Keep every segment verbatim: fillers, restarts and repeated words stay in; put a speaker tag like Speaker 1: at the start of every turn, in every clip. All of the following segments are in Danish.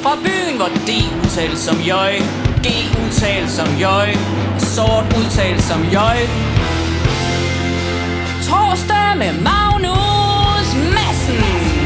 Speaker 1: Fra byen, hvor D udtales som jøj, G udtales som jøj, sort udtales som jøj. Torsdag med Magnus Madsen.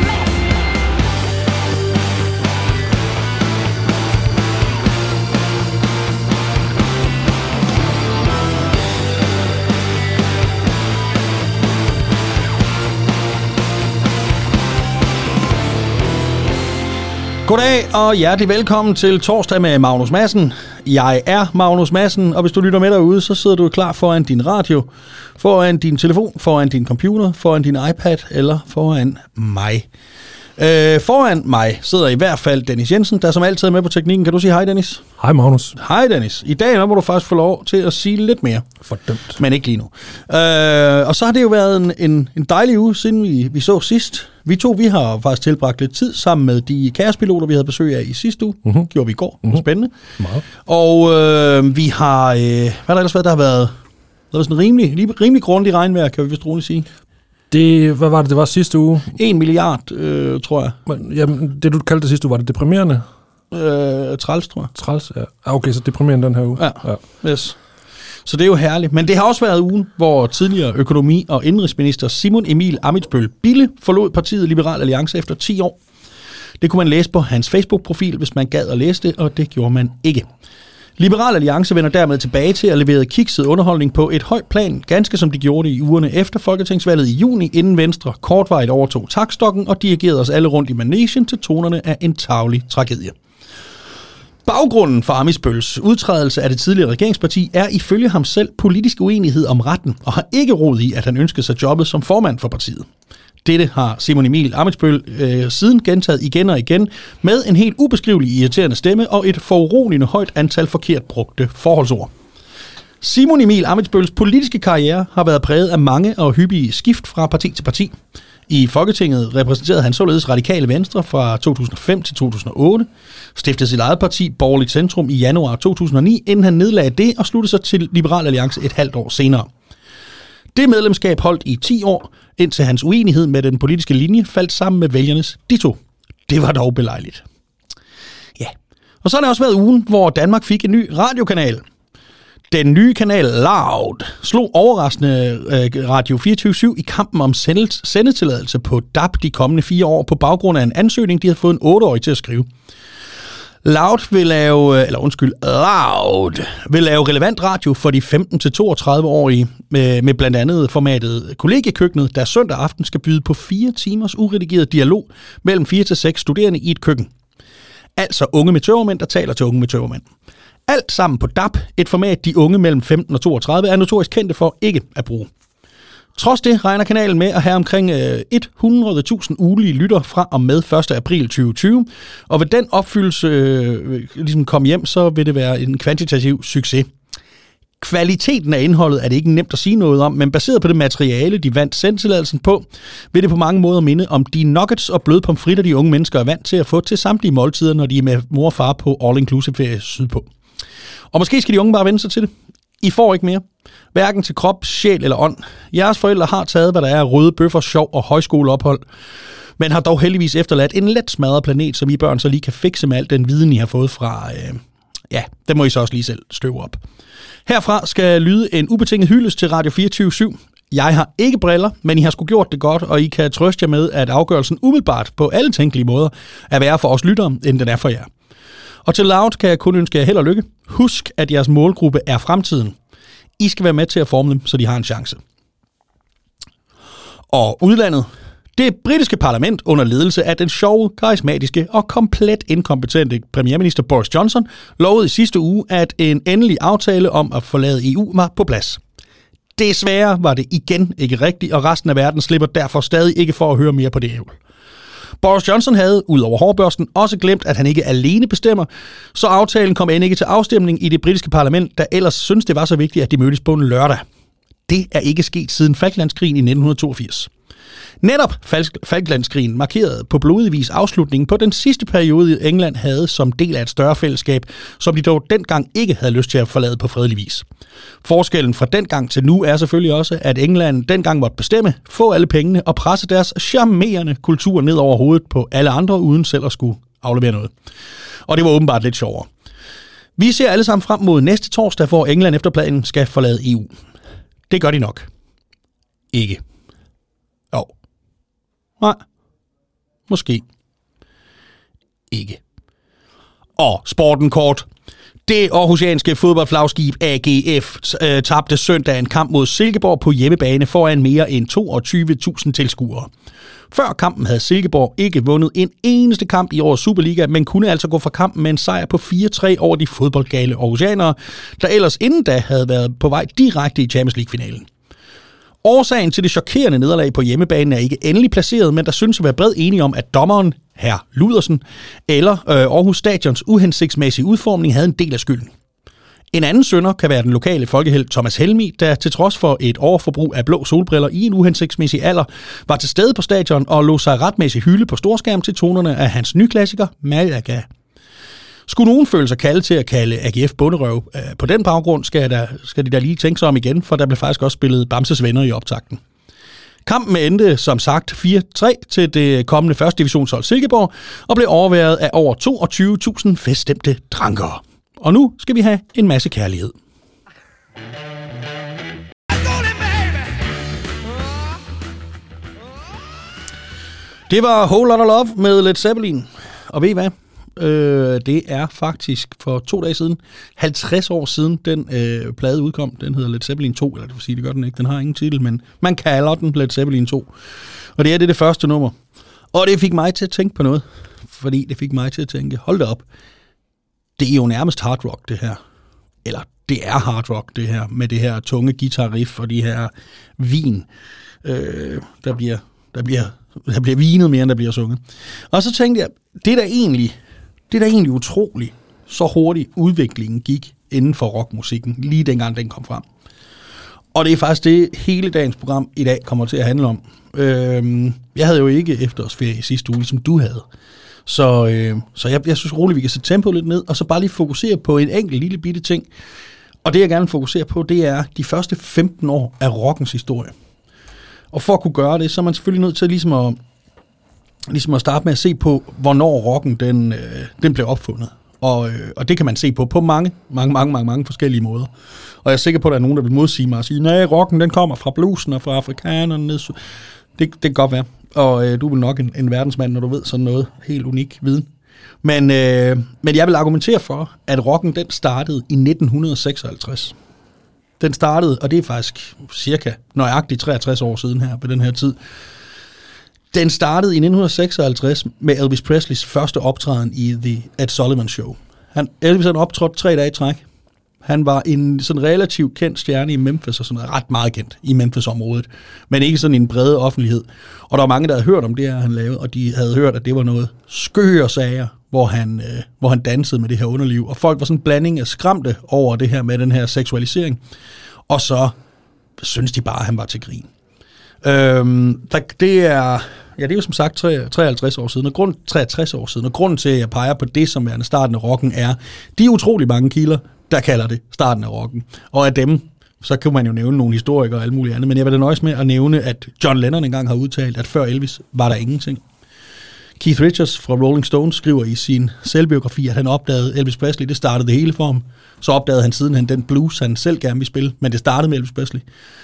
Speaker 2: Goddag og hjertelig velkommen til Torsdag med Magnus Madsen. Jeg er Magnus Madsen, og hvis du lytter med derude, så sidder du klar foran din radio, foran din telefon, foran din computer, foran din iPad eller foran mig. Øh, foran mig sidder i hvert fald Dennis Jensen, der som altid er med på teknikken. Kan du sige hej, Dennis?
Speaker 3: Hej, Magnus.
Speaker 2: Hej, Dennis. I dag må du faktisk få lov til at sige lidt mere.
Speaker 3: Fordømt.
Speaker 2: Men ikke lige nu. Øh, og så har det jo været en, en, en dejlig uge, siden vi, vi så sidst. Vi to, vi har faktisk tilbragt lidt tid sammen med de kaospiloter, vi havde besøg af i sidste uge. Mm-hmm. Gjorde vi i går. Mm-hmm. Spændende.
Speaker 3: Meget.
Speaker 2: Og øh, vi har... Øh, hvad har der ellers været? Der har været, der har været sådan en rimelig, rimelig grundig regnvejr, kan vi vist roligt sige.
Speaker 3: Det, hvad var det, det var sidste uge?
Speaker 2: En milliard, øh, tror jeg.
Speaker 3: Men, jamen, det du kaldte det sidste uge, var det deprimerende?
Speaker 2: Øh, træls, tror jeg.
Speaker 3: Træls, ja. Okay, så deprimerende den her uge.
Speaker 2: Ja, ja. Yes. Så det er jo herligt. Men det har også været ugen, hvor tidligere økonomi- og indrigsminister Simon Emil Ammitzbøll-Bille forlod partiet Liberal Alliance efter ti år. Det kunne man læse på hans Facebook-profil, hvis man gad at læse det, og det gjorde man ikke. Liberal Alliance vender dermed tilbage til at levere kikset underholdning på et højt plan, ganske som de gjorde i ugerne efter folketingsvalget i juni, inden Venstre kortvarigt overtog taktstokken og dirigerede os alle rundt i manegen til tonerne af en tarvelig tragedie. Baggrunden for Ammitzbølls udtrædelse af det tidligere regeringsparti er ifølge ham selv politisk uenighed om retten, og har ikke rod i, at han ønsker sig jobbet som formand for partiet. Dette har Simon Emil Ammitzbøll øh, siden gentaget igen og igen med en helt ubeskrivelig irriterende stemme og et foruroligende højt antal forkert brugte forholdsord. Simon Emil Ammitzbølls politiske karriere har været præget af mange og hyppige skift fra parti til parti. I Folketinget repræsenterede han således Radikale Venstre fra to tusind og fem til to tusind og otte, stiftede sit eget parti Borgerligt Centrum i januar to tusind og ni, inden han nedlagde det og sluttede sig til Liberal Alliance et halvt år senere. Det medlemskab holdt i ti år, indtil hans uenighed med den politiske linje faldt sammen med vælgernes ditto. Det var dog belejligt. Ja, og så har det også været ugen, hvor Danmark fik en ny radiokanal. Den nye kanal Loud slog overraskende øh, Radio fireogtyve syv i kampen om sendet, sendetilladelse på D A B de kommende fire år på baggrund af en ansøgning, de havde fået en otteårig til at skrive. Loud vil lave, eller undskyld, Loud vil lave relevant radio for de femten til toogtredive-årige med, med blandt andet formatet Kollegiekøkkenet, der søndag aften skal byde på fire timers uredigeret dialog mellem fire til seks studerende i et køkken. Altså unge med tøvermænd, der taler til unge med tøvermænd. Alt sammen på D A B, et format, de unge mellem femten og toogtredive er notorisk kendte for ikke at bruge. Trods det regner kanalen med at have omkring hundrede tusind ugelige lytter fra og med første april tyve tyve, og ved den opfyldelse øh, ligesom komme hjem, så vil det være en kvantitativ succes. Kvaliteten af indholdet er det ikke nemt at sige noget om, men baseret på det materiale, de vandt sendtilladelsen på, vil det på mange måder minde om de nuggets og bløde pomfritter, de unge mennesker er vant til at få til samtlige måltider, når de er med mor og far på all-inclusive-ferie sydpå. Og måske skal de unge bare vende sig til det. I får ikke mere. Hverken til krop, sjæl eller ånd. Jeres forældre har taget, hvad der er røde bøffer, sjov og højskoleophold, men har dog heldigvis efterladt en let smadret planet, som I børn så lige kan fikse med al den viden, I har fået fra... Øh, ja, det må I så også lige selv støve op. Herfra skal lyde en ubetinget hyldest til Radio fireogtyve syv. Jeg har ikke briller, men I har sgu gjort det godt, og I kan trøste jer med, at afgørelsen umiddelbart på alle tænkelige måder er værre for os lyttere, end den er for jer. Og til Loud kan jeg kun ønske jer held og lykke. Husk, at jeres målgruppe er fremtiden. I skal være med til at forme dem, så de har en chance. Og udlandet. Det britiske parlament under ledelse af den sjove, karismatiske og komplet inkompetente premierminister Boris Johnson lovede i sidste uge, at en endelig aftale om at forlade E U var på plads. Desværre var det igen ikke rigtigt, og resten af verden slipper derfor stadig ikke for at høre mere på det ævl. Boris Johnson havde, ud over hårbørsten, også glemt, at han ikke alene bestemmer, så aftalen kom end ikke til afstemning i det britiske parlament, der ellers syntes, det var så vigtigt, at de mødtes på en lørdag. Det er ikke sket siden Falklandskrigen i nitten toogfirs. Netop Falklandskrigen markerede på blodig vis afslutningen på den sidste periode, England havde som del af et større fællesskab, som de dog dengang ikke havde lyst til at forlade på fredelig vis. Forskellen fra dengang til nu er selvfølgelig også, at England dengang måtte bestemme, få alle pengene og presse deres charmerende kultur ned over hovedet på alle andre, uden selv at skulle aflevere noget. Og det var åbenbart lidt sjovere. Vi ser alle sammen frem mod næste torsdag, hvor England efter planen skal forlade E U. Det gør de nok. Ikke. Jo. Nej. Måske. Ikke. Og sporten kort. Det aarhusianske fodboldflagskib A G F øh, tabte søndag en kamp mod Silkeborg på hjemmebane foran mere end toogtyve tusind tilskuere. Før kampen havde Silkeborg ikke vundet en eneste kamp i årets Superliga, men kunne altså gå fra kampen med en sejr på fire tre over de fodboldgale aarhusianere, der ellers inden da havde været på vej direkte i Champions League-finalen. Årsagen til det chokerende nederlag på hjemmebanen er ikke endelig placeret, men der synes at være bred enige om, at dommeren, hr. Ludersen, eller øh, Aarhus Stadions uhensigtsmæssige udformning havde en del af skylden. En anden synder kan være den lokale folkehelt Thomas Helmi, der til trods for et overforbrug af blå solbriller i en uhensigtsmæssig alder, var til stede på stadion og lå sig retmæssigt hylde på storskærm til tonerne af hans nye klassiker, Malaga. Skulle nogen føle sig kaldet til at kalde A G F bunderøv øh, på den baggrund, skal, der, skal de da lige tænke sig om igen, for der blev faktisk også spillet Bamses venner i optakten. Kampen endte som sagt fire tre til det kommende første divisionshold Silkeborg, og blev overværet af over toogtyve tusind feststemte drankere. Og nu skal vi have en masse kærlighed. Det var Whole Lotta Love med Led Zeppelin. Og ved I hvad? Øh, det er faktisk for to dage siden, halvtreds år siden, den øh, plade udkom. Den hedder Led Zeppelin to, eller det vil sige, det gør den ikke. Den har ingen titel, men man kalder den Led Zeppelin to. Og det er det, det første nummer. Og det fik mig til at tænke på noget. Fordi det fik mig til at tænke, hold da op. Det er jo nærmest hard rock, det her. Eller det er hard rock, det her, med det her tunge guitar-riff og de her vin. Øh, der, bliver, der, bliver, der bliver vinet mere, end der bliver sunget. Og så tænkte jeg, det er da egentlig, det er da egentlig utroligt, så hurtigt udviklingen gik inden for rockmusikken, lige dengang den kom frem. Og det er faktisk det, hele dagens program i dag kommer til at handle om. Øh, jeg havde jo ikke efterårsferie i sidste uge, som du havde. Så, øh, så jeg, jeg synes roligt, vi kan sætte tempoet lidt ned, og så bare lige fokusere på en enkelt lille bitte ting. Og det, jeg gerne vil fokusere på, det er de første femten år af rockens historie. Og for at kunne gøre det, så er man selvfølgelig nødt til ligesom at, ligesom at starte med at se på, hvornår rocken den, øh, den blev opfundet. Og, øh, og det kan man se på på mange, mange, mange, mange, mange forskellige måder. Og jeg er sikker på, at der er nogen, der vil modsige mig og sige, nej, rocken den kommer fra bluesen og fra afrikanerne. Det, det kan godt være. Og øh, du er vel nok en, en verdensmand, når du ved sådan noget helt unik viden. Men, øh, men jeg vil argumentere for, at rocken den startede i nitten seksoghalvtreds. Den startede, og det er faktisk cirka nøjagtigt treogtres år siden her på den her tid. Den startede i nitten seksoghalvtreds med Elvis Presleys første optræden i The Ed Sullivan Show. Han, Elvis han optrådte tre dage i træk. Han var en sådan relativt kendt stjerne i Memphis, og sådan ret meget kendt i Memphis-området, men ikke sådan en bred offentlighed. Og der var mange, der havde hørt om det her, han lavede, og de havde hørt, at det var noget skøre sager, hvor han, øh, hvor han dansede med det her underliv. Og folk var sådan en blanding af skræmte over det her med den her seksualisering, og så synes de bare, at han var til grin. Øhm, der, det er... Ja, det er jo som sagt treoghalvtreds år siden, og grund, treogtres år siden, og grunden til, at jeg peger på det, som er starten af rocken, er, de er utrolig mange kilder, der kalder det starten af rocken. Og af dem, så kan man jo nævne nogle historikere og alt muligt andet, men jeg vil da nøjes med at nævne, at John Lennon engang har udtalt, at før Elvis var der ingenting. Keith Richards fra Rolling Stones skriver i sin selvbiografi, at han opdagede Elvis Presley, det startede det hele for ham. Så opdagede han sidenhen den blues, han selv gerne ville spille, men det startede med Elvis Presley.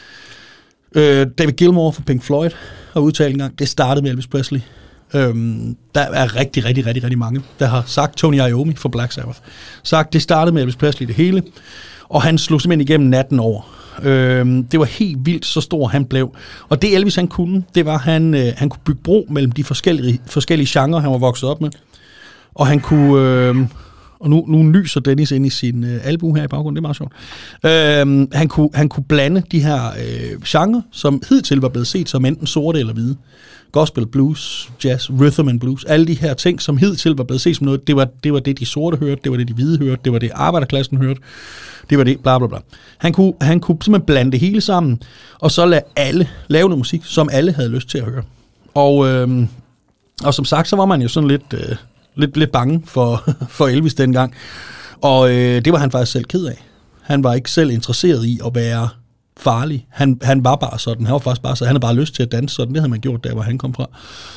Speaker 2: Øh, David Gilmour fra Pink Floyd har udtalt engang, det startede med Elvis Presley. Øhm, der er rigtig, rigtig, rigtig, rigtig mange, der har sagt, Tony Iommi fra Black Sabbath, sagt, det startede med Elvis Presley det hele, og han slog simpelthen igennem natten over. Øhm, det var helt vildt, så stor han blev. Og det Elvis han kunne, det var, at han, øh, han kunne bygge bro mellem de forskellige, forskellige genrer, han var vokset op med. Og han kunne... Øh, og nu, nu lyser Dennis ind i sin øh, albue her i baggrunden, det er meget sjovt. Øhm, han, kunne, han kunne blande de her øh, genrer, som hidtil var blevet set som enten sorte eller hvide. Gospel, blues, jazz, rhythm and blues, alle de her ting, som hidtil var blevet set som noget, det var, det var det, de sorte hørte, det var det, de hvide hørte, det var det, arbejderklassen hørte, det var det, bla bla bla. Han kunne, han kunne simpelthen blande det hele sammen, og så lade alle lave noget musik, som alle havde lyst til at høre. Og, øh, og som sagt, så var man jo sådan lidt... Øh, Lidt, lidt bange for, for Elvis dengang. Og øh, det var han faktisk selv ked af. Han var ikke selv interesseret i at være farlig. Han, han var bare sådan. Han var faktisk bare så. Han havde bare lyst til at danse sådan. Det havde man gjort der, hvor han kom fra.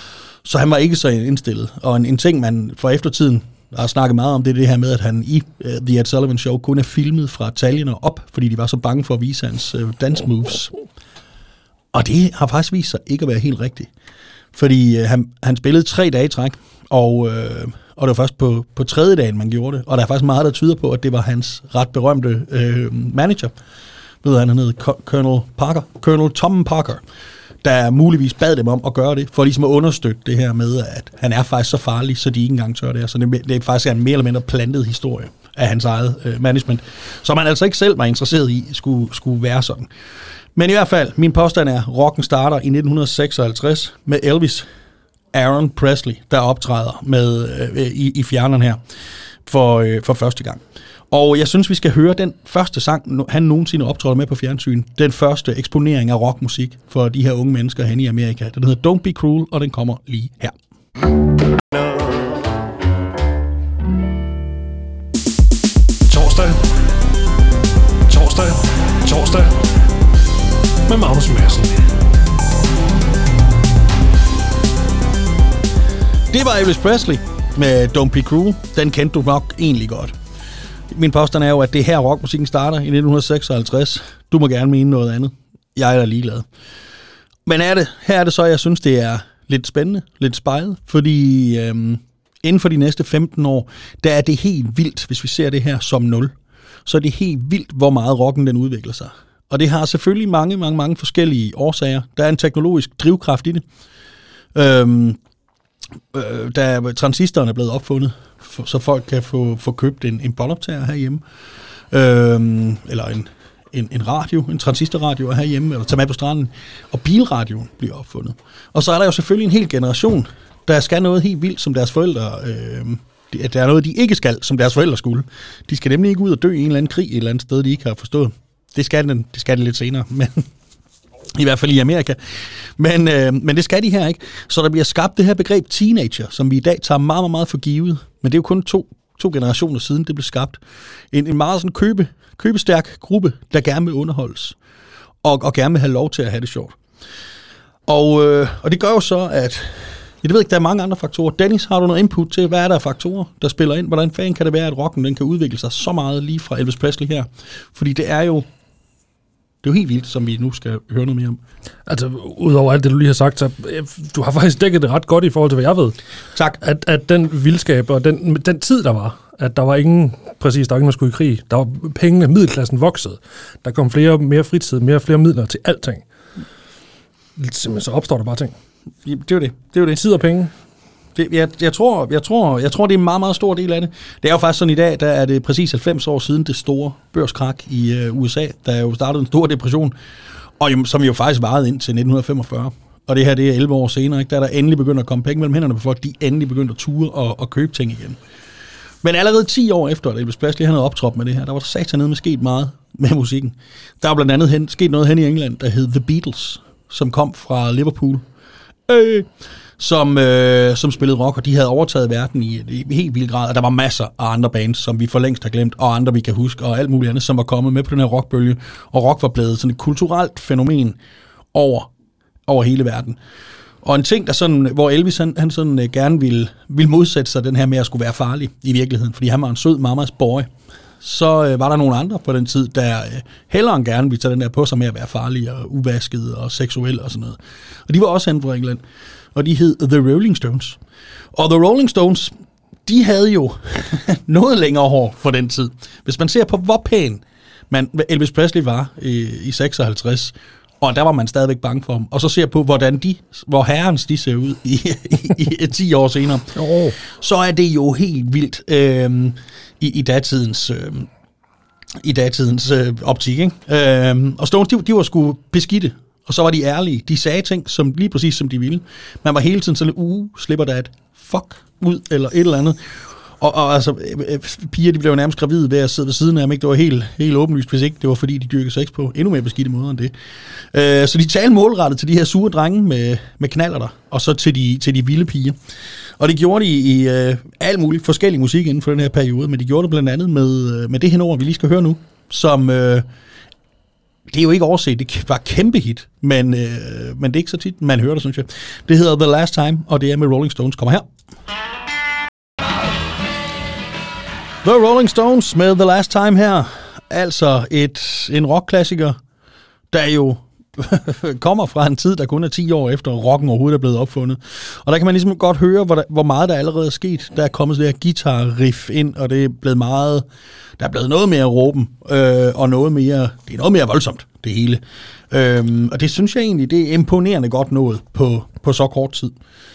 Speaker 2: Så han var ikke så indstillet. Og en, en ting, man for eftertiden har snakket meget om, det er det her med, at han i uh, The Ed Sullivan Show kun er filmet fra taljerne op, fordi de var så bange for at vise hans uh, dance moves. Og det har faktisk vist sig ikke at være helt rigtigt. Fordi uh, han, han spillede tre dage i træk, og, uh, og det var først på, på tredje dagen, man gjorde det. Og der er faktisk meget, der tyder på, at det var hans ret berømte uh, manager, ved han, han hed Colonel Parker, Colonel Tom Parker, der muligvis bad dem om at gøre det, for ligesom at understøtte det her med, at han er faktisk så farlig, så de ikke engang tør det. Så det, det er faktisk en mere eller mindre plantet historie af hans eget øh, management, som han altså ikke selv var interesseret i, skulle, skulle være sådan. Men i hvert fald, min påstand er, rocken starter i nitten seksoghalvtreds med Elvis Aaron Presley, der optræder med, øh, i, i fjerneren her for, øh, for første gang. Og jeg synes, vi skal høre den første sang, han nogensinde optrådte med på fjernsyn. Den første eksponering af rockmusik for de her unge mennesker hen i Amerika. Den hedder Don't Be Cruel, og den kommer lige her.
Speaker 3: Torsdag. Torsdag. Torsdag. Med Magnus Madsen.
Speaker 2: Det var Elvis Presley med Don't Be Cruel. Den kendte du nok egentlig godt. Min påstand er jo, at det her rockmusikken starter i nitten seksoghalvtreds. Du må gerne mene noget andet. Jeg er da ligeglad. Men er det, her er det så, jeg synes, det er lidt spændende, lidt spejlet, fordi øhm, inden for de næste femten år, der er det helt vildt, hvis vi ser det her som nul, så er det helt vildt, hvor meget rocken den udvikler sig. Og det har selvfølgelig mange, mange, mange forskellige årsager. Der er en teknologisk drivkraft i det. Øhm, øh, der transistoren er blevet opfundet, så folk kan få, få købt en, en båndoptager herhjemme, øhm, eller en, en, en radio, en transistorradio herhjemme, eller tage med på stranden, og bilradioen bliver opfundet. Og så er der jo selvfølgelig en hel generation, der skal noget helt vildt, som deres forældre, øhm, der er noget, de ikke skal, som deres forældre skulle. De skal nemlig ikke ud og dø i en eller anden krig et eller andet sted, de ikke har forstået. Det skal den, det skal det lidt senere, men i hvert fald i Amerika. Men, øh, men det skal de her ikke. Så der bliver skabt det her begreb teenager, som vi i dag tager meget, meget, meget for givet. Men det er jo kun to, to generationer siden, det blev skabt. En, en meget sådan købe, købestærk gruppe, der gerne vil underholdes. Og, og gerne vil have lov til at have det sjovt. Og, øh, og det gør jo så, at jeg ved ikke, der er mange andre faktorer. Dennis, har du noget input til, hvad er der af faktorer, der spiller ind? Hvordan fanden kan det være, at rocken den kan udvikle sig så meget lige fra Elvis Presley her? Fordi det er jo Det er jo helt vildt, som vi nu skal høre noget mere om.
Speaker 3: Altså, udover alt det, du lige har sagt, så du har faktisk dækket det ret godt i forhold til, hvad jeg ved.
Speaker 2: Tak.
Speaker 3: At, at den vildskab og den, den tid, der var, at der var ingen, præcis, der var ingen, der skulle i krig. Der var pengene, middelklassen voksede. Der kom flere, mere fritid, mere flere midler til alting. Simpelthen så opstår der bare ting.
Speaker 2: Det er jo det. Det er jo det.
Speaker 3: Tid og penge.
Speaker 2: Det, jeg, jeg, tror, jeg, tror, jeg tror, det er en meget, meget stor del af det. Det er jo faktisk sådan i dag, der er det præcis halvfems år siden det store børskrak i øh, U S A, der jo startede en stor depression, og jo, som jo faktisk varede ind til nitten femogfyrre. Og det her, det er elleve år senere, ikke? Der er der endelig begyndt at komme penge mellem hænderne på folk, de endelig begyndt at ture og, og købe ting igen. Men allerede ti år efter, at Elvis Presley han havde optrådt med det her, der var der satan med sket meget med musikken. Der var blandt andet hen, sket noget hen i England, der hed The Beatles, som kom fra Liverpool. Øh, som, øh, som spillede rock, og de havde overtaget verden i, i helt vild grad, og der var masser af andre bands, som vi for længst har glemt, og andre vi kan huske, og alt muligt andet, som var kommet med på den her rockbølge, og rock var blevet sådan et kulturelt fænomen over, over hele verden. Og en ting, der sådan, hvor Elvis han, han sådan, øh, gerne ville, ville modsætte sig den her med at skulle være farlig i virkeligheden, fordi han var en sød mamas boy, så øh, var der nogle andre på den tid, der øh, hellere end gerne ville tage den der på sig med at være farlig og uvasket og seksuel og sådan noget. Og de var også hen fra England, og de hed The Rolling Stones. Og The Rolling Stones, de havde jo noget længere hår for den tid. Hvis man ser på, hvor pæn man, Elvis Presley var i, i seksoghalvtreds, og der var man stadigvæk bange for ham, og så ser på, hvordan de, hvor herrens de ser ud i, i, i ti år senere, oh. så er det jo helt vildt øh, i, i datidens, øh, i datidens øh, optik. Ikke? Øh, og Stones, de, de var sgu beskidte, og så var de ærlige. De sagde ting, som lige præcis som de ville. Man var hele tiden sådan, uh, slipper der et fuck ud, eller et eller andet. Og, og altså, piger, de blev nærmest gravide ved at sidde ved siden af ham, ikke? Det var helt, helt åbenlyst, hvis ikke det var fordi, de dyrkede sex på endnu mere beskidte måder end det. Øh, så de talte målrettet til de her sure drenge med, med knaller der, og så til de, til de vilde piger. Og det gjorde de i øh, alt muligt forskellig musik inden for den her periode, men de gjorde det blandt andet med, med det her ord, vi lige skal høre nu, som øh, det er jo ikke overset, det var kæmpe hit, men, øh, men det er ikke så tit, man hører det, synes jeg. Det hedder The Last Time, og det er med Rolling Stones. Kommer her. The Rolling Stones med The Last Time her. Altså et, en rockklassiker, der jo kommer fra en tid, der kun er ti år efter rocken overhovedet er blevet opfundet. Og der kan man ligesom godt høre, hvor, der, hvor meget der allerede er sket. Der er kommet det her guitar-riff ind, og det er blevet meget... Der er blevet noget mere råben, øh, og noget mere... Det er noget mere voldsomt, det hele. Øhm, og det synes jeg egentlig, det er imponerende godt nået på, på så kort tid.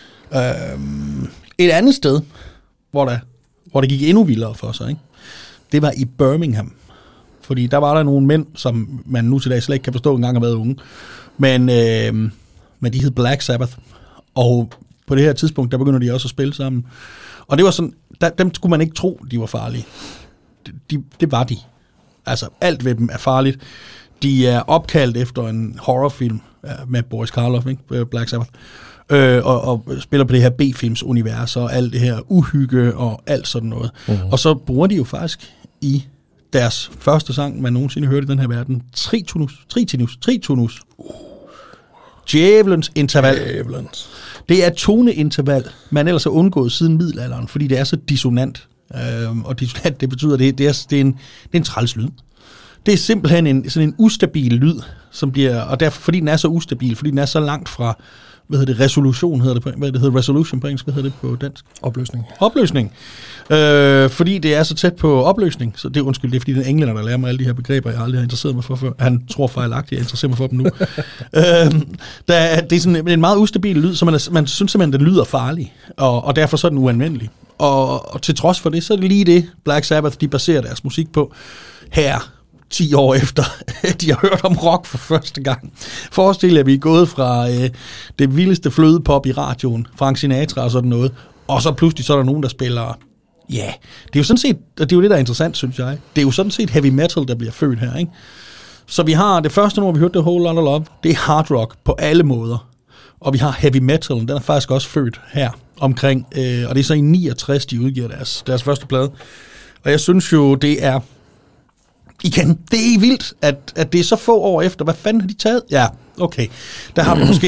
Speaker 2: Øhm, et andet sted, hvor, der, hvor det gik endnu vildere for sig, ikke? Det var i Birmingham. Fordi der var der nogle mænd, som man nu til dag slet ikke kan forstå, engang har været unge. Men, øh, men de hed Black Sabbath. Og på det her tidspunkt, der begynder de også at spille sammen. Og det var sådan, der, dem skulle man ikke tro, de var farlige. De, det var de. Altså, alt ved dem er farligt. De er opkaldt efter en horrorfilm med Boris Karloff, ikke? Black Sabbath. Øh, og, og spiller på det her B-films univers og alt det her uhygge og alt sådan noget. Uh-huh. Og så bruger de jo faktisk i deres første sang, man nogensinde hørte i den her verden, Tritonus, Tritonus, Tritonus. Uh. Djævelens interval.
Speaker 3: Djævelens.
Speaker 2: Det er toneinterval, man ellers har undgået siden middelalderen, fordi det er så dissonant. Øhm, og dissonant, det betyder, det, det, er, det, er en, det er en træls lyd. Det er simpelthen en, sådan en ustabil lyd, som bliver, og derfor, fordi den er så ustabil, fordi den er så langt fra, hvad hedder det, resolution hedder det på, hvad det hedder, resolution på engelsk, hvad hedder det på dansk?
Speaker 3: Opløsning.
Speaker 2: Opløsning. Øh, fordi det er så tæt på opløsning, så det er undskyld, det er fordi den englænder, der lærer mig alle de her begreber, jeg aldrig har interesseret mig for før. Han tror fejlagtigt, jeg interesserer mig for dem nu. øh, der, det er sådan en meget ustabil lyd, så man, er, man synes simpelthen, den lyder farlig, og, og derfor så er den uanvendelig. Og, og til trods for det, så er det lige det, Black Sabbath, de baserer deres musik på her, ti år efter, de har hørt om rock for første gang. Forestil jer, at vi er gået fra øh, det vildeste flødepop i radioen, Frank Sinatra og sådan noget, og så pludselig så er der nogen, der spiller, ja, yeah. det er jo sådan set, det er jo det, der er interessant, synes jeg. Det er jo sådan set heavy metal, der bliver født her, ikke? Så vi har det første nummer, vi hørte, det Whole Lotta Love, det er hard rock på alle måder. Og vi har heavy metal, den er faktisk også født her omkring, øh, og det er så i niogtres, de udgiver deres, deres første plade. Og jeg synes jo, det er igen, det er vildt, at, at det er så få år efter. Hvad fanden har de taget? Ja, okay. Der har vi måske,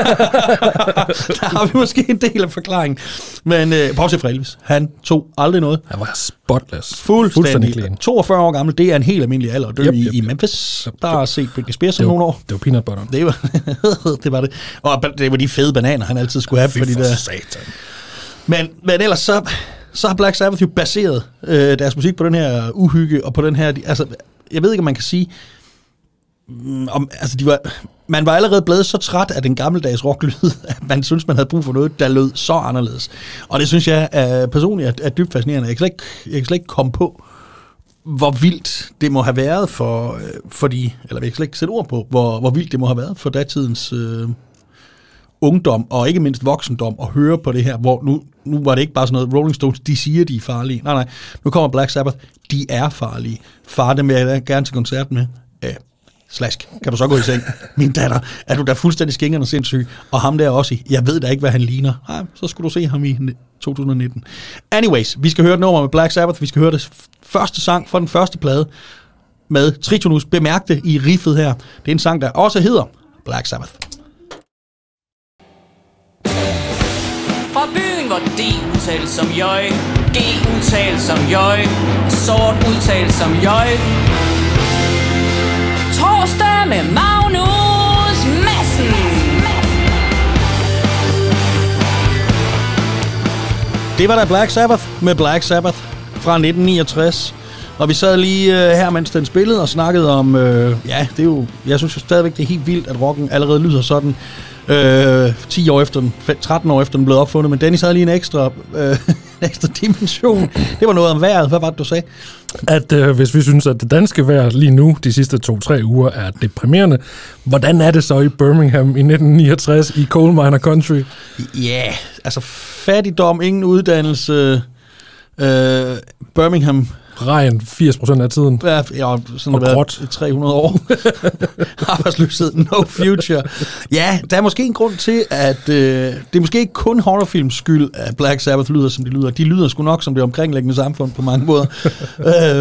Speaker 2: der har vi måske en del af forklaringen. Men øh, bortset fra Elvis, han tog aldrig noget.
Speaker 3: Han var spotless.
Speaker 2: Fuldstændig. Fuldstændig toogfyrre år gammel, det er en helt almindelig alder at dø yep, yep, i, i Memphis. Yep, der har set Britney Spears om nogle år.
Speaker 3: Det var peanut butter.
Speaker 2: Det var, det var det. Og det var de fede bananer, han altid skulle have.
Speaker 3: Fy
Speaker 2: fordi
Speaker 3: for
Speaker 2: der,
Speaker 3: satan.
Speaker 2: Men, men ellers så... Så har Black Sabbath jo baseret øh, deres musik på den her uhygge, og på den her, de, altså, jeg ved ikke, om man kan sige, mm, om, altså, de var, man var allerede blevet så træt af den gammeldags rocklyd, at man synes, man havde brug for noget, der lød så anderledes. Og det synes jeg er, personligt er, er dybt fascinerende. Jeg kan, slet ikke, jeg kan slet ikke komme på, hvor vildt det må have været for, for de, eller jeg kan slet ikke sætte ord på, hvor, hvor vildt det må have været for datidens øh, ungdom, og ikke mindst voksendom, at høre på det her, hvor nu, nu var det ikke bare sådan noget, Rolling Stones, de siger, de er farlige. Nej, nej, nu kommer Black Sabbath, de er farlige. Far, dem vil jeg gerne til koncert med. Æh, slask, kan du så gå i seng? Min datter, er du da fuldstændig skingerne sindssyg? Og ham der også i, jeg ved da ikke, hvad han ligner. Nej, så skulle du se ham i to tusind nitten. Anyways, vi skal høre et nummer med Black Sabbath, vi skal høre det første sang fra den første plade med Tritonus. Bemærk det i riffet her. Det er en sang, der også hedder Black Sabbath.
Speaker 1: Fra byen, hvor D udtales som jøj, G udtales som jøj, sort udtales som jøj. Torsdag med Magnus Madsen.
Speaker 2: Det var da Black Sabbath med Black Sabbath fra nitten niogtres. Og vi sad lige øh, her, mens den spillede, og snakkede om, øh, ja, det er jo, jeg synes jo stadigvæk, det er helt vildt, at rocken allerede lyder sådan. Øh, ti år efter den, tretten år efter den blev opfundet, men Dennis havde lige en ekstra, øh, en ekstra dimension. Det var noget om vejret. Hvad var det, du sagde?
Speaker 3: At øh, hvis vi synes, at det danske vejr lige nu, de sidste to-tre uger, er deprimerende, hvordan er det så i Birmingham i nitten niogtres i Coal Miner Country?
Speaker 2: Ja, yeah, altså fattigdom, ingen uddannelse, øh, Birmingham...
Speaker 3: Regn firs procent af tiden.
Speaker 2: Ja, ja sådan har været tre hundrede år. Arbejdsløshed, no future. Ja, der er måske en grund til, at øh, det er måske ikke kun horrorfilms skyld, at Black Sabbath lyder, som de lyder. De lyder sgu nok som det omkringliggende samfund på mange måder. øhm,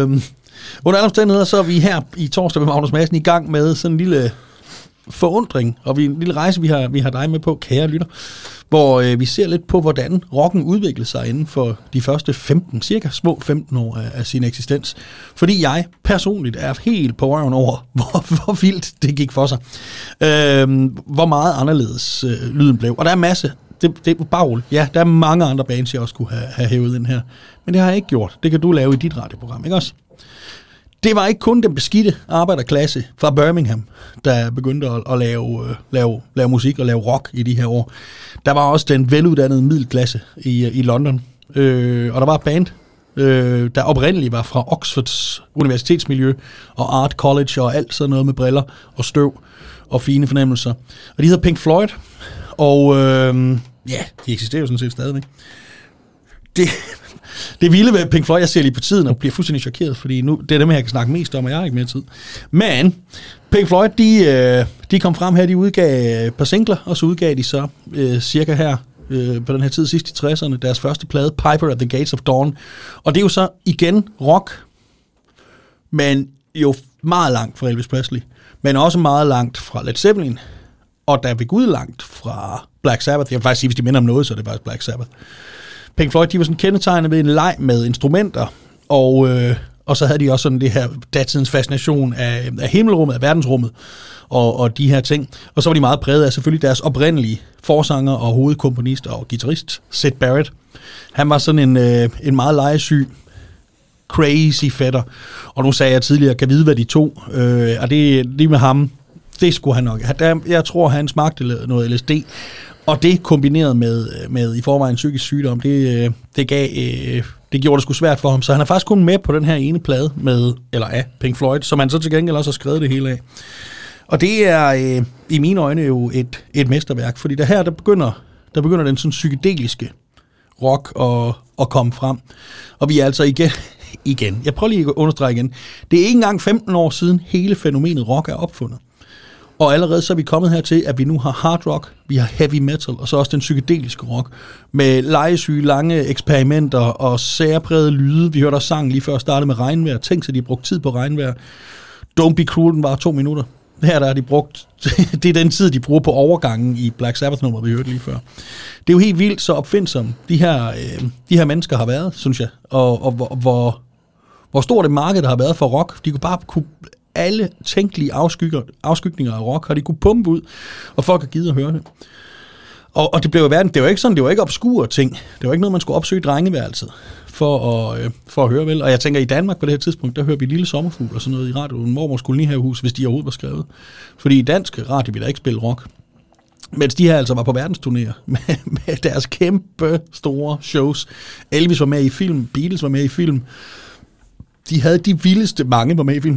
Speaker 2: Under alle omstændigheder, så er vi her i torsdag med Magnus Madsen i gang med sådan en lille forundring, og vi, en lille rejse, vi har, vi har dig med på, kære lytter, hvor øh, vi ser lidt på, hvordan rocken udviklede sig inden for de første femten, cirka små femten år af, af sin eksistens. Fordi jeg personligt er helt på røven over, hvor, hvor vildt det gik for sig. Øh, hvor meget anderledes øh, lyden blev. Og der er masse, det, det er bare ja, der er mange andre bands, jeg også kunne have, have hævet ind her. Men det har jeg ikke gjort. Det kan du lave i dit radioprogram, ikke også? Det var ikke kun den beskidte arbejderklasse fra Birmingham, der begyndte at, at lave, uh, lave, lave musik og lave rock i de her år. Der var også den veluddannede middelklasse i, i London. Øh, og der var et band, øh, der oprindeligt var fra Oxfords universitetsmiljø og Art College og alt sådan noget med briller og støv og fine fornemmelser. Og de hedder Pink Floyd, og øh, ja, de eksisterer jo sådan set stadigvæk. Det... Det vilde ved Pink Floyd, jeg ser lige på tiden og bliver fuldstændig chokeret, fordi nu, det er dem, jeg kan snakke mest om, og jeg har ikke mere tid. Men Pink Floyd, de, de kom frem her, de udgav et par singler, og så udgav de så øh, cirka her øh, på den her tid, sidst i tresserne, deres første plade, Piper at the Gates of Dawn. Og det er jo så igen rock, men jo meget langt fra Elvis Presley, men også meget langt fra Led Zeppelin, og der er ved Gud langt fra Black Sabbath. Jeg vil faktisk sige, hvis de minder om noget, så er det faktisk Black Sabbath. Pink Floyd, de var sådan kendetegnet ved en leg med instrumenter, og, øh, og så havde de også sådan det her datidens fascination af, af himmelrummet, af verdensrummet, og, og de her ting. Og så var de meget præget af selvfølgelig deres oprindelige forsanger og hovedkomponist og guitarist, Syd Barrett. Han var sådan en, øh, en meget legesyg, crazy fætter, og nu sagde jeg tidligere, kan vide, hvad de tog, øh, og det, det med ham, det skulle han nok. Jeg tror, han smagte noget L S D, og det kombineret med, med i forvejen psykisk sygdom, det, det, gav, det gjorde det sgu svært for ham. Så han er faktisk kun med på den her ene plade med, eller af Pink Floyd, som han så til gengæld også har skrevet det hele af. Og det er i mine øjne jo et, et mesterværk, fordi der her, der begynder, der begynder den sådan psykedeliske rock at, at komme frem. Og vi er altså igen, igen, jeg prøver lige at understrege igen, det er ikke engang femten år siden hele fænomenet rock er opfundet. Og allerede så er vi kommet hertil, at vi nu har hard rock, vi har heavy metal, og så også den psykedeliske rock, med legesyge, lange eksperimenter og særprægede lyde. Vi hørte også sangen lige før startede med regnvejr. Tænk sig, de har brugt tid på regnvejr. Don't Be Cruel, den var to minutter. Her der har de brugt, det er den tid, de bruger på overgangen i Black Sabbath-nummeret, vi hørte lige før. Det er jo helt vildt så opfindsomt, de her, øh, de her mennesker har været, synes jeg, og, og hvor, hvor, hvor stort et marked der har været for rock. De kunne bare kunne... Alle tænkelige afskygninger af rock har de kunne pumpe ud, og folk har givet at høre det. Og, og det blev jo verden, det var ikke sådan, det var ikke obskure ting. Det var ikke noget, man skulle opsøge drengeværelset for at, øh, for at høre vel. Og jeg tænker, i Danmark på det her tidspunkt, der hører vi Lille Sommerfugl og sådan noget i radioen, Mormors kolonihavehus, hvis de overhovedet var skrevet. Fordi i dansk radio ville der ikke spille rock. Mens de her altså var på verdensturnéer med, med deres kæmpe store shows. Elvis var med i film, Beatles var med i film. De havde de vildeste, mange var med i film.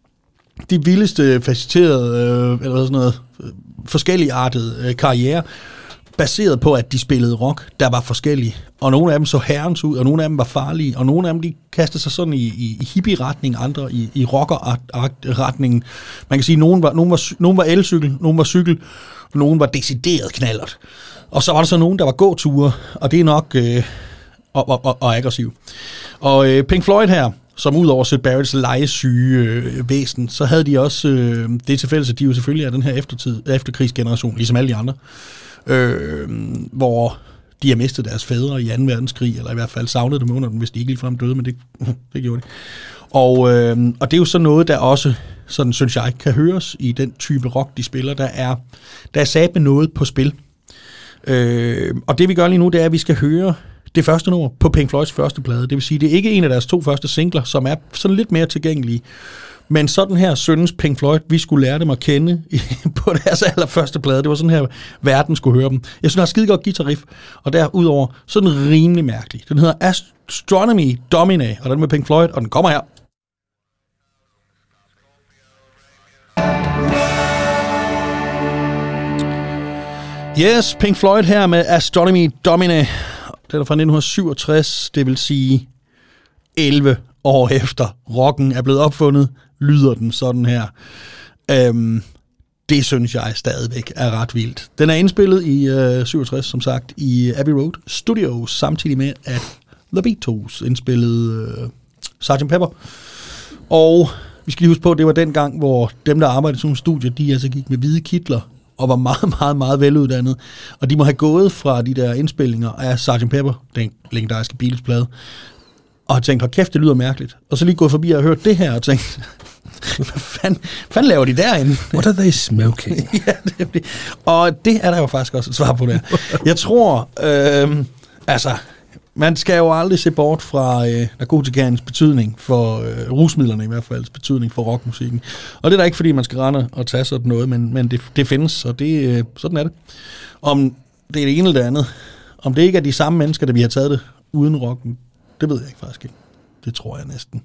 Speaker 2: De vildeste facetterede, øh, eller sådan noget, øh, forskelligartede øh, karriere, baseret på, at de spillede rock, der var forskellige. Og nogle af dem så herrens ud, og nogle af dem var farlige, og nogle af dem, de kastede sig sådan i, i, i hippie-retning, andre i, i rocker-retningen. Man kan sige, at nogen var, nogen var, nogen var elcykel, nogen var cykel, nogen var decideret knallert. Og så var der så nogen, der var gåture, og det er nok øh, og, og, og, og aggressiv. Og øh, Pink Floyd her, som ud over Syd Barretts legesyge øh, væsen, så havde de også øh, det tilfælde, at de jo selvfølgelig er den her eftertid, efterkrigsgeneration, ligesom alle de andre, øh, hvor de har mistet deres fædre i anden verdenskrig, eller i hvert fald savnet dem under den, hvis de ikke ligefrem døde, men det, det gjorde de. Og, øh, og det er jo så noget, der også, sådan synes jeg, kan høres i den type rock, de spiller. Der er, der er sat med noget på spil. Øh, og det vi gør lige nu, det er, at vi skal høre det første nummer på Pink Floyds første plade. Det vil sige, det er ikke en af deres to første singler, som er sådan lidt mere tilgængelige. Men sådan her synes Pink Floyd, vi skulle lære dem at kende på deres allerførste plade. Det var sådan her, verden skulle høre dem. Jeg synes, der er skide godt guitarriff, og derudover så er den rimelig mærkelig. Den hedder Astronomy Domine, og den med Pink Floyd, og den kommer her. Yes, Pink Floyd her med Astronomy Domine. Den er fra nitten syvogtres, det vil sige elleve år efter rocken er blevet opfundet, lyder den sådan her. Øhm, det synes jeg stadigvæk er ret vildt. Den er indspillet i øh, syvogtres, som sagt, i Abbey Road Studios, samtidig med at The Beatles indspillede øh, sergeant Pepper. Og vi skal lige huske på, at det var den gang, hvor dem, der arbejdede i sådan nogle studier, de altså gik med hvide kitler og var meget, meget, meget veluddannede. Og de må have gået fra de der indspillinger af sergeant Pepper, den legendariske Beatles-plade, og har tænkt, hold kæft, det lyder mærkeligt. Og så lige gået forbi og hørt det her og tænkt, hvad fanden, fanden laver de derinde?
Speaker 3: What are they smoking?
Speaker 2: Ja, det, det. Og det er der jo faktisk også et svar på der. Jeg tror, øh, altså, man skal jo aldrig se bort fra øh, narkotikaens betydning for øh, rusmidlerne i hvert fald, betydning for rockmusikken. Og det er da ikke, fordi man skal rende og tage sådan noget, men, men det, det findes, og det, øh, sådan er det. Om det er det ene eller det andet, om det ikke er de samme mennesker, der vi har taget det uden rocken, det ved jeg ikke faktisk ikke. Det tror jeg næsten.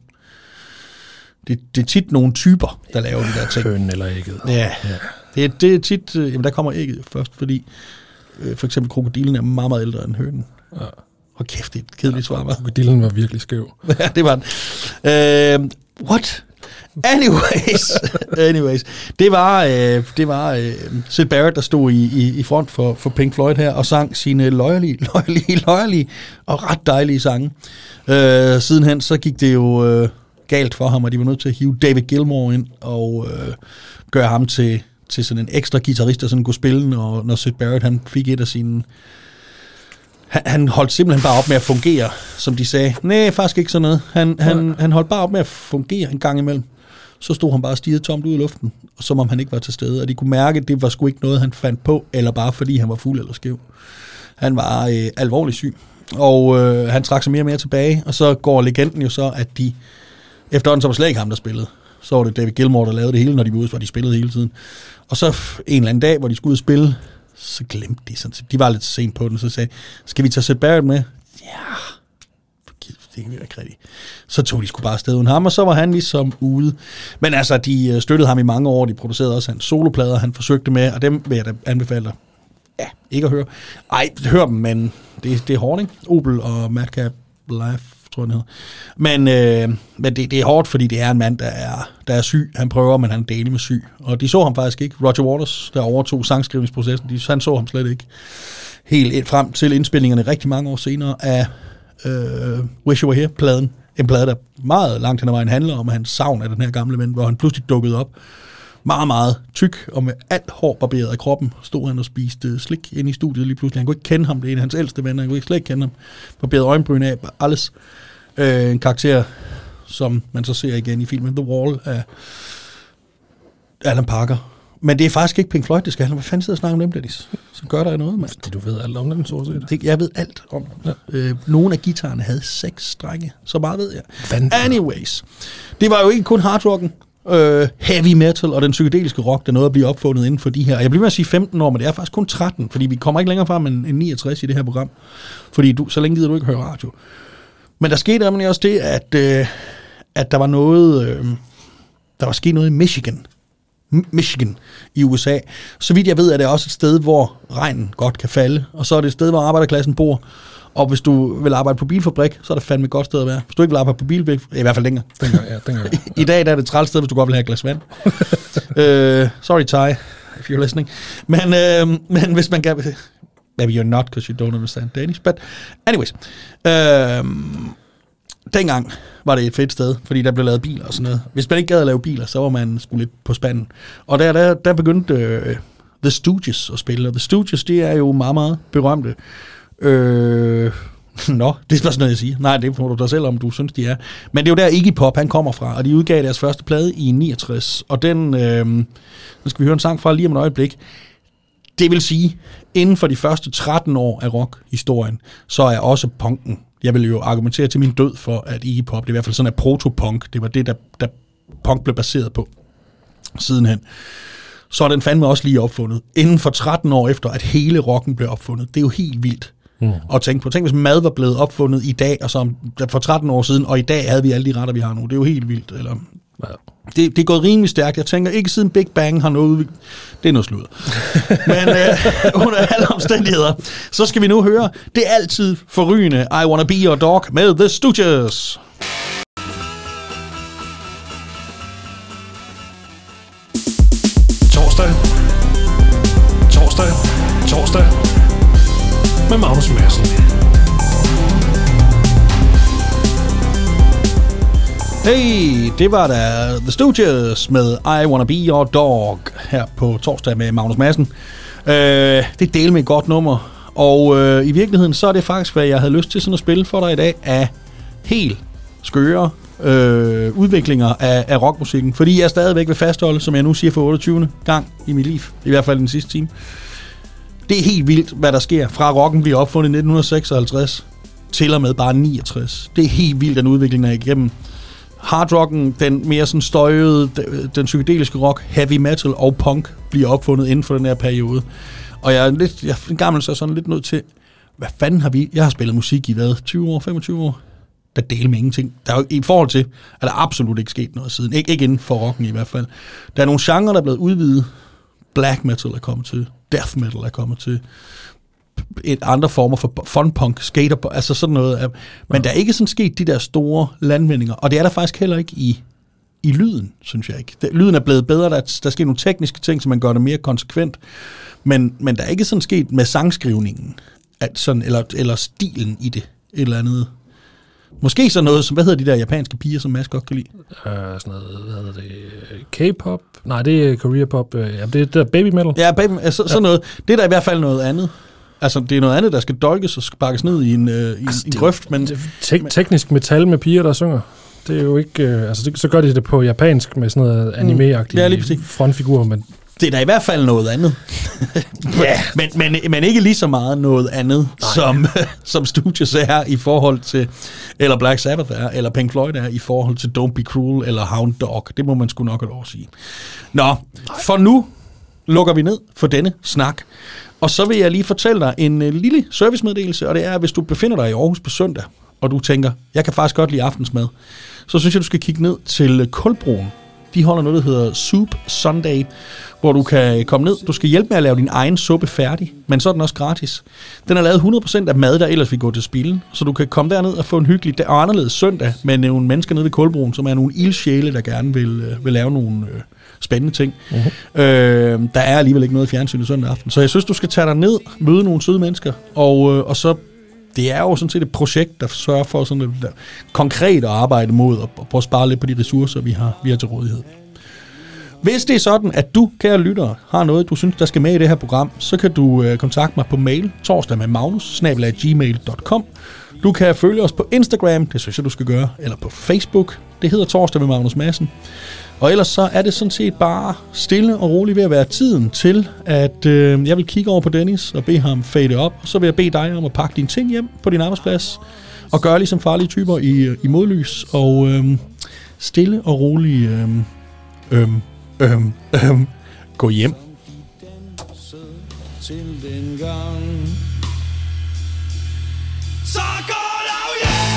Speaker 2: Det, det er tit nogle typer, der laver de der ting.
Speaker 3: Hønen eller ægget.
Speaker 2: Ja, ja. Det, det er tit, øh, jamen der kommer ægget først, fordi øh, for eksempel krokodilen er meget, meget ældre end hønen. Ja. Og kæft, det er et kedeligt svar, hva'?
Speaker 3: Krokodillen var virkelig skæv.
Speaker 2: Ja, det var den. Uh, what? Anyways, anyways, det var, øh, det var øh, Syd Barrett, der stod i, i, i front for, for Pink Floyd her, og sang sine løjerlige, løjerlige, løjerlige og ret dejlige sange. Uh, sidenhen så gik det jo øh, galt for ham, og de var nødt til at hive David Gilmour ind og øh, gøre ham til, til sådan en ekstra guitarist, der sådan kunne spille, og når Syd Barrett han fik et af sine... Han, han holdt simpelthen bare op med at fungere, som de sagde. Nej, faktisk ikke sådan noget. Han, han, han holdt bare op med at fungere en gang imellem. Så stod han bare og stirrede tomt ud i luften, som om han ikke var til stede. Og de kunne mærke, at det var sgu ikke noget, han fandt på, eller bare fordi han var fuld eller skæv. Han var øh, alvorligt syg, og øh, han trak sig mere og mere tilbage. Og så går legenden jo så, at de... Efterhånden så var slet ikke ham, der spillede. Så var det David Gilmour, der lavede det hele, når de var ude, hvor de spillede hele tiden. Og så en eller anden dag, hvor de skulle ud og spille, så glemte de sådan, de var lidt sent på den, så sagde, skal vi tage Syd Barrett med? Ja, det kan vi ikke rigtigt. Så tog de sgu bare afsted uden ham, og så var han ligesom ude. Men altså, de støttede ham i mange år, de producerede også hans soloplader, han forsøgte med, og dem vil jeg da anbefale dig. Ja, ikke at høre. Ej, hør dem, men det, det er hårdt, ikke? Opel og Madcap Live, tror jeg, den hedder. Men, øh, men det, det er hårdt, fordi det er en mand, der er, der er syg. Han prøver, men han er delig med syg. Og de så ham faktisk ikke. Roger Waters, der overtog sangskrivningsprocessen, de, han så ham slet ikke. Helt frem til indspillingerne rigtig mange år senere af øh, Wish You Were Here-pladen. En plade, der meget langt hen ad vejen handler om hans savn af den her gamle ven, hvor han pludselig dukkede op. Meget, meget tyk, og med alt hår barberet af kroppen, stod han og spiste slik inde i studiet lige pludselig. Han kunne ikke kende ham, det er en af hans ældste venner, han kunne ikke slet ikke kende ham. Barberet øjenbryn af, alles. Øh, en karakter, som man så ser igen i filmen The Wall af Alan Parker. Men det er faktisk ikke Pink Floyd, det skal handle om. Hvad fanden sidder og snakker om dem, Dennis? Så gør der noget, mand.
Speaker 3: Fordi du ved alt om dem, så set.
Speaker 2: Det, jeg ved alt om dem. Ja. Øh, nogle af guitarerne havde seks strenge, så meget ved jeg.
Speaker 3: Vandet.
Speaker 2: Anyways, det var jo ikke kun hardrocken, øh, heavy metal og den psykedeliske rock, der nåede at blive opfundet inden for de her. Jeg bliver med at sige femten år, men det er faktisk kun tretten, fordi vi kommer ikke længere frem end, end niogtres i det her program. Fordi du, så længe gider du ikke høre radio. Men der skete nemlig også det, at, øh, at der var noget, øh, der var sket noget i Michigan. Michigan i U S A. Så vidt jeg ved, er det også et sted, hvor regnen godt kan falde. Og så er det et sted, hvor arbejderklassen bor. Og hvis du vil arbejde på bilfabrik, så er det fandme et godt sted at være. Hvis du ikke vil arbejde på bilfabrik, i hvert fald længere.
Speaker 3: Dengang, ja, dengang, ja.
Speaker 2: I dag der er det et træls sted, hvis du godt vil have et glas vand. uh, sorry, Ty, if you're listening. Men, uh, men hvis man kan... Maybe you're not, because you don't understand Danish. But anyways. Uh, dengang var det et fedt sted, fordi der blev lavet biler og sådan noget. Hvis man ikke gad at lave biler, så var man sgu lidt på spanden. Og der, der, der begyndte uh, The Stooges at spille. Og The Stooges, det er jo meget, meget berømte. Øh, nå, det er bare sådan noget, jeg siger. Nej, det får du dig selv om, du synes, de er. Men det er jo der Iggy Pop, han kommer fra, og de udgav deres første plade i niogtres. Og den, øh, nu skal vi høre en sang fra lige om et øjeblik. Det vil sige, inden for de første tretten år af rock-historien, så er også punken. Jeg vil jo argumentere til min død for, at Iggy Pop, det er i hvert fald sådan en proto-punk. Det var det, der, der punk blev baseret på sidenhen. Så er den fandme også lige opfundet. Inden for tretten år efter, at hele rocken blev opfundet. Det er jo helt vildt mm. at tænke på. Tænk, hvis mad var blevet opfundet i dag, og så for tretten år siden, og i dag havde vi alle de retter, vi har nu. Det er jo helt vildt. Eller, ja. det, det er gået rimelig stærkt. Jeg tænker, ikke siden Big Bang har noget udviklet. Det er noget sludder. Men øh, under alle omstændigheder, så skal vi nu høre det altid forrygende I Wanna Be Your Dog med The Stooges.
Speaker 3: Torsdag, torsdag, torsdag med Magnus Madsen.
Speaker 2: Hey, det var da The Stooges med I Wanna Be Your Dog her på torsdag med Magnus Madsen. Øh, det deler med et godt nummer, og øh, i virkeligheden så er det faktisk, hvad jeg havde lyst til sådan at spille for dig i dag, af helt skøre øh, udviklinger af, af rockmusikken. Fordi jeg stadigvæk vil fastholde, som jeg nu siger for otteogtyvende gang i mit liv, i hvert fald den sidste time. Det er helt vildt, hvad der sker fra rocken bliver opfundet i nitten seksoghalvtreds til og med bare niogtres. Det er helt vildt, den udvikling er igennem. Hardrocken, den mere sådan støjede, den psykedeliske rock, heavy metal og punk bliver opfundet inden for den her periode. Og jeg er lidt, jeg er gammel, så sådan lidt nødt til, hvad fanden har vi? Jeg har spillet musik i hvad? tyve år, femogtyve år? Der deler med ingenting. Der er jo, i forhold til, at der absolut ikke sket noget siden. Ik- ikke inden for rocken i hvert fald. Der er nogle genrer, der er blevet udvidet. Black metal er kommet til. Death metal er kommet til. Et andre former for funpunk, skater, altså sådan noget. Men ja. Der er ikke sådan sket de der store landvindinger, og det er der faktisk heller ikke i, i lyden, synes jeg ikke. Det, lyden er blevet bedre, der, der sker nogle tekniske ting, så man gør det mere konsekvent, men, men der er ikke sådan sket med sangskrivningen, at sådan, eller, eller stilen i det, et eller andet. Måske sådan noget, som, hvad hedder de der japanske piger, som Mads godt kan lide?
Speaker 3: Uh, sådan noget, hvad hedder det, K-pop? Nej, det er Korea pop. Ja, det er det der baby metal.
Speaker 2: Ja, baby, altså, sådan ja. Noget. Det er der i hvert fald noget andet. Altså, det er noget andet, der skal dolkes og sparkes ned i en, øh, i altså, en grøft, men...
Speaker 3: Te- teknisk metal med piger, der synger. Det er jo ikke... Øh, altså, det, så gør de det på japansk med sådan noget anime-agtigt
Speaker 2: mm,
Speaker 3: frontfigur, men...
Speaker 2: Det er da i hvert fald noget andet. Ja. men, men, men ikke lige så meget noget andet, Nej. som, som Stooges er i forhold til... Eller Black Sabbath er, eller Pink Floyd er i forhold til Don't Be Cruel eller Hound Dog. Det må man sgu nok have lov at sige. Nå, Nej. For nu lukker vi ned for denne snak. Og så vil jeg lige fortælle dig en uh, lille servicemeddelelse, og det er, at hvis du befinder dig i Aarhus på søndag, og du tænker, jeg kan faktisk godt lide aftensmad, så synes jeg, du skal kigge ned til uh, Kulbroen. De holder noget, der hedder Soup Sunday, hvor du kan komme ned. Du skal hjælpe med at lave din egen suppe færdig, men så er den også gratis. Den er lavet hundrede procent af mad, der ellers vil gå til spilden, så du kan komme derned og få en hyggelig og anderledes søndag med nogle mennesker nede ved Kulbroen, som er nogle ildsjæle, der gerne vil, uh, vil lave nogle... Uh, spændende ting. Uh-huh. Øh, der er alligevel ikke noget fjernsyn søndag aften. Så jeg synes, du skal tage dig ned, møde nogle søde mennesker, og, øh, og så, det er jo sådan set et projekt, der sørger for sådan et der, konkret at arbejde mod, og, og prøve at spare lidt på de ressourcer, vi har, vi har til rådighed. Hvis det er sådan, at du, kære lyttere, har noget, du synes, der skal med i det her program, så kan du øh, kontakte mig på mail, torsdag med magnus snabel-a gmail punktum com. Du kan følge os på Instagram, det synes jeg, du skal gøre, eller på Facebook. Det hedder Torsdag med Magnus Madsen. Og ellers så er det sådan set bare stille og roligt ved at være tiden til, at øh, jeg vil kigge over på Dennis og bede ham fade op, og så vil jeg bede dig om at pakke dine ting hjem på din arbejdsplads, og gøre ligesom farlige typer i, i modlys, og øh, stille og roligt øh, øh, øh, øh, gå hjem. Til den gang. Så går der hjem!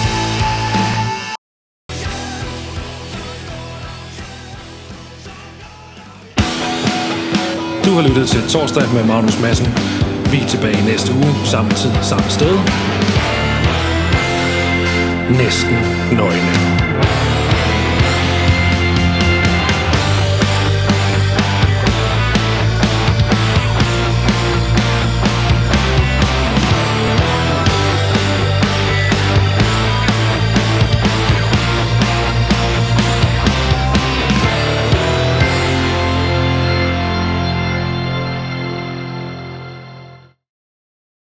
Speaker 3: Du har lyttet til Torsdag med Magnus Madsen. Vi er tilbage næste uge, samme tid, samme sted. Næsten nøgne.